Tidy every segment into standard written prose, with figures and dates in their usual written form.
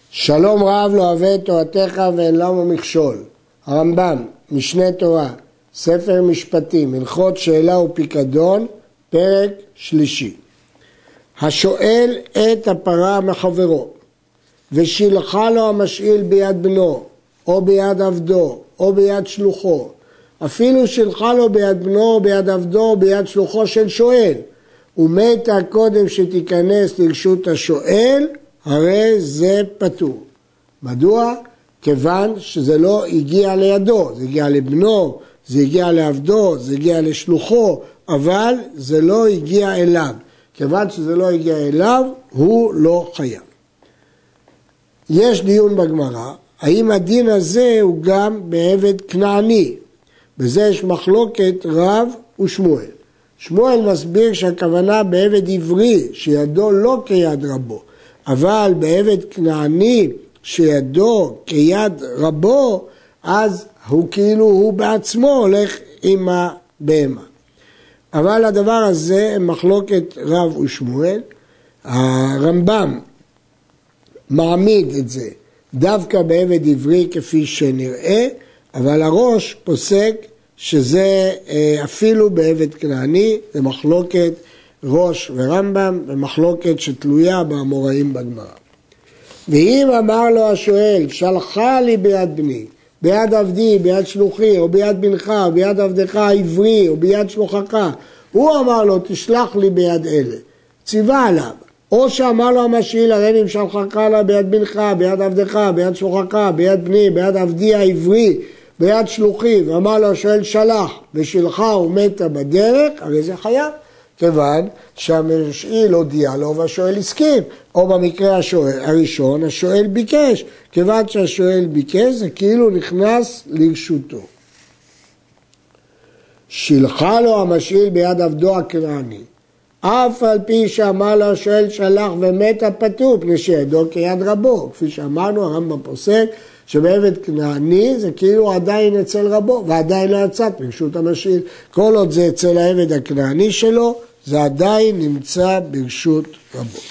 שלום רב לא אוהב את תורתך ואין למה מכשול. הרמב"ם, משנה תורה, ספר משפטים, הלכות שאלה ופיקדון, פרק שלישי. השואל את הפרה מחברו ושילחה לו המשאיל ביד בנו או ביד עבדו או ביד שלוחו, אפילו שילחה לו ביד בנו או ביד עבדו או ביד שלוחו של שואל, ומתה קודם שתיכנס לרשות השואל, הרי זה פטור. מדוע? כיוון שזה לא הגיע לידו, זה הגיע לבנו, זה הגיע לעבדו, זה הגיע לשלוחו, אבל זה לא הגיע אליו. כיוון שזה לא הגיע אליו, הוא לא חייב. יש דיון בגמרא, האם הדין הזה הוא גם בעבד כנעני? בזה יש מחלוקת רב ושמואל. שמואל מסביר שהכוונה בעבד עברי, שידו לא כיד רבו, אבל בעבד כנעני שידו כיד רבו, אז הוא כאילו הוא בעצמו הולך עם הבהמה. אבל הדבר הזה מחלוקת רב ושמואל. הרמב"ם מעמיד את זה דווקא בעבד עברי כפי שנראה, אבל הראש פוסק שזה אפילו בעבד כנעני, זה מחלוקת ראש ורמב"ם, ומחלוקת שתלויה באמוראים בגמרא. ואם אמר לו השואל, שלחה לי ביד בני, ביד עבדי, ביד שלוחי, או ביד בנך, או ביד עבדך העברי, או ביד שלוחך, הוא אמר לו, תשלח לי ביד אלה, ציווה עליו. או שאמר לו המשאיל, הרי אם שלחך לה ביד בנך, ביד עבדך, ביד שלוחך, ביד בני, ביד עבדי העברי, ביד שלוחי, ואמר לו השואל שלח, ושלחה ומתה בדרך, הרי זה חייב. כיוון שהמשאיל הודיע לו והשואל הסכים, או במקרה הראשון השואל ביקש, כיוון שהשואל ביקש זה כאילו נכנס לרשותו. שלחה לו המשאיל ביד עבדו הכנעני, אף על פי שאמר לו השואל שלח ומתה פטור, פני שידו כיד רבו. כפי שאמרנו, הרמב"ם פוסק שבעבד כנעני זה כאילו עדיין אצל רבו, ועדיין לא יצאת ברשות המשאיל. כל עוד זה אצל העבד הכנעני שלו, זה עדיין נמצא ברשות רבו.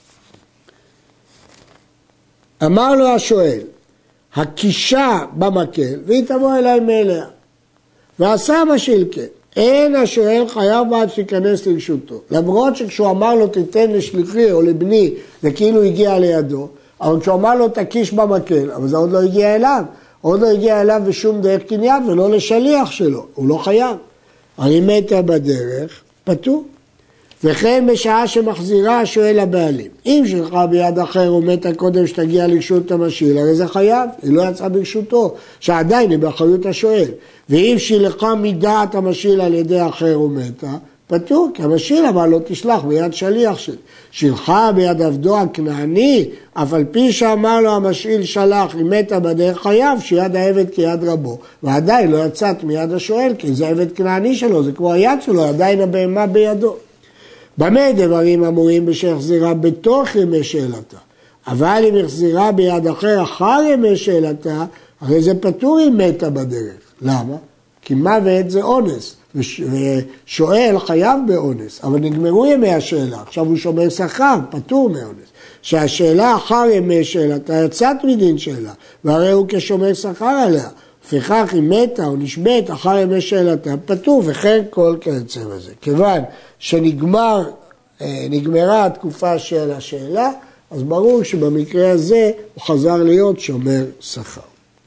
אמר לו השואל, הקישה במקל, והיא תבוא אליי מאליה. ועשה המשאיל כן. אין השואל חייב בעד שיכנס לרשותו. למרות שכשהוא אמר לו תיתן לשליחי או לבני, זה כאילו הגיע לידו, אבל כשהוא אמר לו תקיש במקל, אבל זה עוד לא הגיע אליו. עוד לא הגיע אליו בשום דרך קניין ולא לשליח שלו. הוא לא חייב. אני מתה בדרך, פטור. וכן בשעה שמחזירה השואל לבעלים. אם שלחה ביד אחר ומתה קודם שתגיע לרשות המשאיל, הרי זה חייב, היא לא יצאה ברשותו, שעדיין היא באחריות השואל. ואם שילחה מדעת המשאיל על ידי אחר ומתה, פטור, כי המשאיל אבל לא תשלח ביד שליח שלי. שלחה ביד עבדו הכנעני, אף על פי שאמר לו המשאיל שלח, היא מתה בדרך חייב, שיד העבד כיד רבו. ועדיין לא יצאת מיד השואל, כי זה עבד כנעני שלו, זה כמו היד שלו, עדיין הבהמה בידו. במה דברים אמורים בשהחזירה בתוך ימי שאלתה? אבל אם החזירה ביד אחר ימי שאלתה, הרי זה פטור אם מתה בדרך. למה? כי מוות זה אונס, ושואל חייב באונס, אבל נגמרו ימי השאלה, עכשיו הוא שומר שכר, פטור מאונס. שהשאלה אחר ימי שאלתה יצאת מדין שאלה, והרי הוא כשומר שכר עליה. לפיכך אם מתה או נשבית אחר ימי שאלתה פטור, וכן כל כיוצא בזה. כיוון שנגמרה התקופה של השאלה, אז ברור שבמקרה הזה הוא חזר להיות שומר שכר.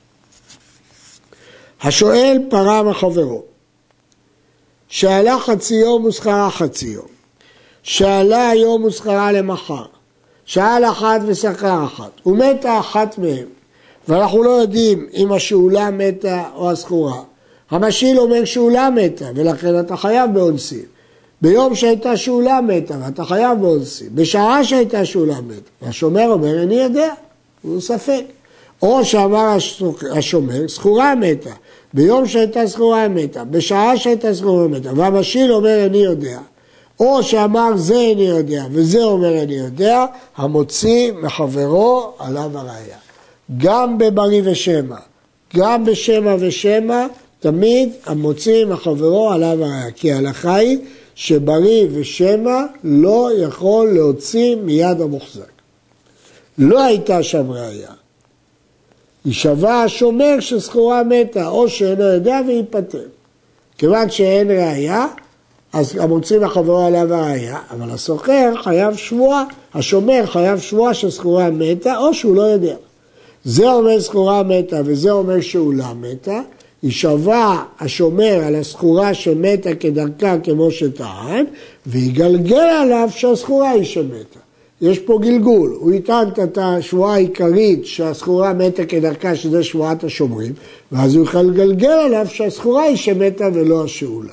השואל פרה מחברו, שאלה חצי יום ושכרה חצי יום, שאלה היום ושכרה למחר, שאלה אחת ושכרה אחת, ומתה אחת מהם, ואנחנו לא יודעים אם השאולה מתה או הסחורה. המשאיל אומר שאולה מתה, ולכן אתה חייב באונסים. ביום שהייתה שאולה מתה, ואתה חייב באונסים. בשעה שהייתה שאולה מתה, והשומר אומר, אני יודע, הוא ספק. או שאמר השומר, סחורה מתה, ביום שהייתה סחורה מתה, בשעה שהייתה סחורה מתה, והמשאיל אומר, אני יודע. או שאמר זה אני יודע, וזה אומר אני יודע, המוציא מחברו עליו הראיה. גם בברי ושמע, גם בשמע ושמע, תמיד המוציא מחברו עליו הראיה. כי ההלכה היא שברי ושמע לא יכול להוציא מיד המוחזק. לא הייתה שם ראיה. יישבע השומר שסחורה מתה, או שאינו יודע וייפטר. כיוון שאין ראיה, אז המוציא לחברו עליו הראיה, אבל הסוחר חייב שבועה, השומר חייב שבועה שסחורה מתה, או שהוא לא יודע. זה אומר סחורה מתה וזה אומר שאולה מתה, יישבע השומר על הסחורה שמתה כדרכה כמו שטען, ויגלגל עליו שהסחורה היא שמתה. יש פה גלגול, הוא יטען את השבועה העיקרית שהסחורה מתה כדרכה, שזה שבועת השומרים, ואז הוא יוכל לגלגל עליו שהסחורה היא שמתה ולא השאולה.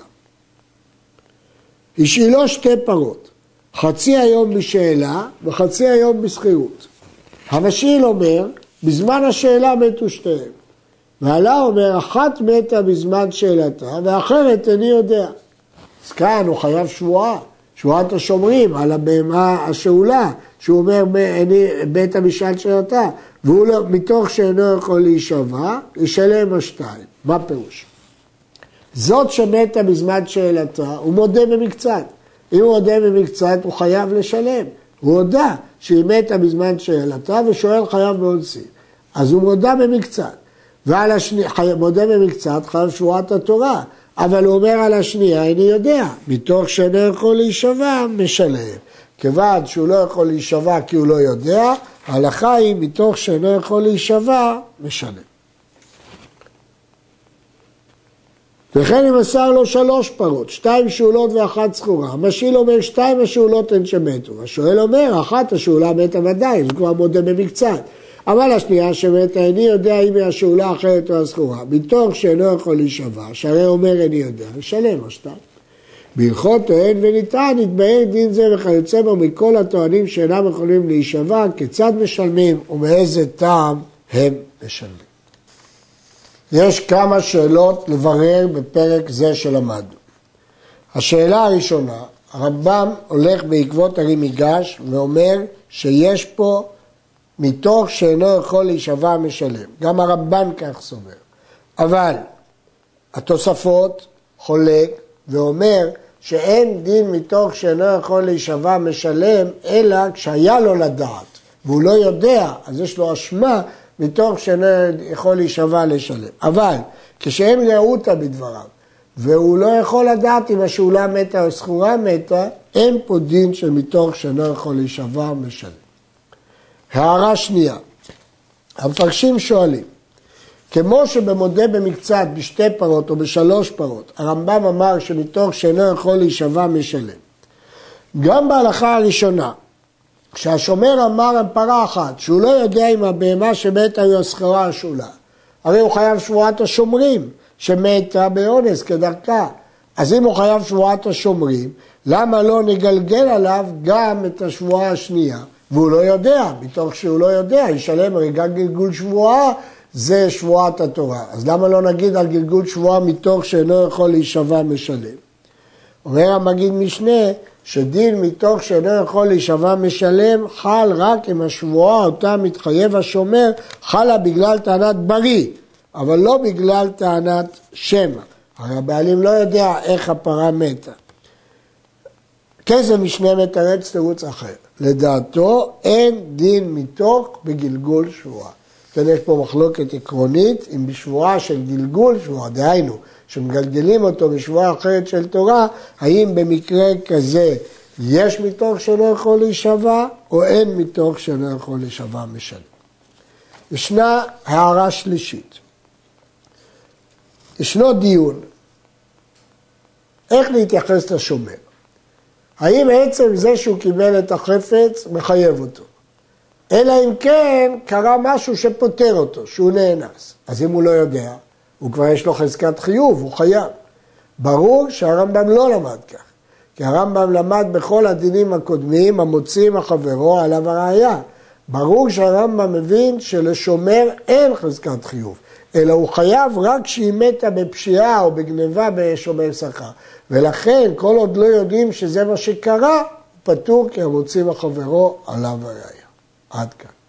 השאילו שתי פרות, חצי היום בשאלה וחצי היום בסחירות. המשאיל אומר, בזמן השאלה מתו שתיהם. ועלה אומר, אחת מתה בזמן שאלתה, ואחרת איני יודע. אז כאן הוא חייב שבועה, שבועת השומרים על הבהמה השאולה, שהוא אומר, אני בתה בשעת שאלתה, והוא לא, מתוך שאינו יכול להישבע, ישלם השתיים. מה פירוש? זאת שמתה בזמן שאלתה, הוא מודה במקצת. אם הוא מודה במקצת, הוא חייב לשלם. הוא הודה שהיא מתה בזמן שאלתה, ושואל חייב בהונסין. אז הוא מודה במקצת. ועל השנייה, מודה במקצת, חייב שבועת התורה. אבל הוא אומר על השנייה, אני יודע, מתוך שאינו יכול להישבע, משלם. כיוון שהוא לא יכול להישבע כי הוא לא יודע, ההלכה היא, מתוך שאינו יכול להישבע, משלם. וכן אם מסר לו 3 פרות, 2 שאולות ואחת סחורה. המשאיל אומר 2 השאולות הן שמתו. השואל אומר, אחת השאולה מתה ודאי, זה כבר מודה במקצת. אבל השנייה שמתה, איני יודע אם היא השאולה האחרת או הסחורה. מתוך שאינו יכול להישבע, שהרי אומר איני יודע, ושלם השתיים. בהלכות טוען וניתן, יתבהר דין זה וכיוצא בו מכל הטוענים שאינם יכולים להישבע, כיצד משלמים ומאיזה טעם הם משלמים. יש כמה שאלות לברר בפרק זה שלמדנו. השאלה הראשונה, הרמב"ם הולך בעקבות הרי מיגש ואומר שיש פה מתוך שאינו יכול להישבע משלם. גם הרמב"ן כך סובר. אבל התוספות חולק ואומר שאין דין מתוך שאינו יכול להישבע משלם, אלא כשהיה לו לדעת והוא לא יודע, אז יש לו אשמה מתוך שאינו יכול להישבע לשלם. אבל כשאין ראותה בדבריו והוא לא יכול לדעת אם השאולה מתה או סחורה מתה, אין פה דין שמתוך שאינו יכול להישבע משלם. הערה שנייה, המפרשים שואלים, כמו שבמודה במקצת בשתי פרות או ב3 פרות, הרמב"ם אמר שמתוך שאינו יכול להישבע משלם. גם בהלכה הראשונה, כשהשומר אמר על פרה אחת, שהוא לא יודע אם הבהמה שמתה היא הסחורה השאולה, הרי הוא חייב שבועת השומרים, שמתה באונס כדרכה. אז אם הוא חייב שבועת השומרים, למה לא נגלגל עליו גם את השבועה השנייה? והוא לא יודע, מתוך שהוא לא יודע, ישלם הרי גם גלגול שבועה, זה שבועת התורה. אז למה לא נגיד על גלגול שבועה מתוך שאינו יכול להישבע משלם? אומר המגיד משנה, שדין מתוך שאינו יכול להישבע משלם, חל רק אם השבועה אותה מתחייב השומר, חלה בגלל טענת בריא, אבל לא בגלל טענת שמא. הרי הבעלים לא יודע איך הפרה מתה. כסף משנה מתרץ תירוץ אחר. לדעתו אין דין מתוך בגלגול שבועה. כן, יש פה מחלוקת עקרונית, אם בשבועה של גלגול שבועה, דהיינו, שמגלגלים אותו בשבועה אחרת של תורה, האם במקרה כזה יש מתוך שלא יכול להישבע, או אין מתוך שלא יכול להישבע משלם. ישנה הערה שלישית. ישנו דיון, איך להתייחס לשומר. האם בעצם זה שהוא קיבל את החפץ מחייב אותו? אלא אם כן קרה משהו שפותר אותו, שהוא נאנס. אז אם הוא לא יודע, הוא כבר יש לו חזקת חיוב, הוא חייב. ברור שהרמב"ם לא למד כך. כי הרמב"ם למד בכל הדינים הקודמים, המוציאים החברו עליו הראיה. ברור שהרמב"ם מבין שלשומר אין חזקת חיוב, אלא הוא חייב רק שהיא מתה בפשיעה או בגניבה בשומר שכר. ולכן, כל עוד לא יודעים שזה מה שקרה, פטור כי המוציאים החברו עליו הראיה. עד כאן.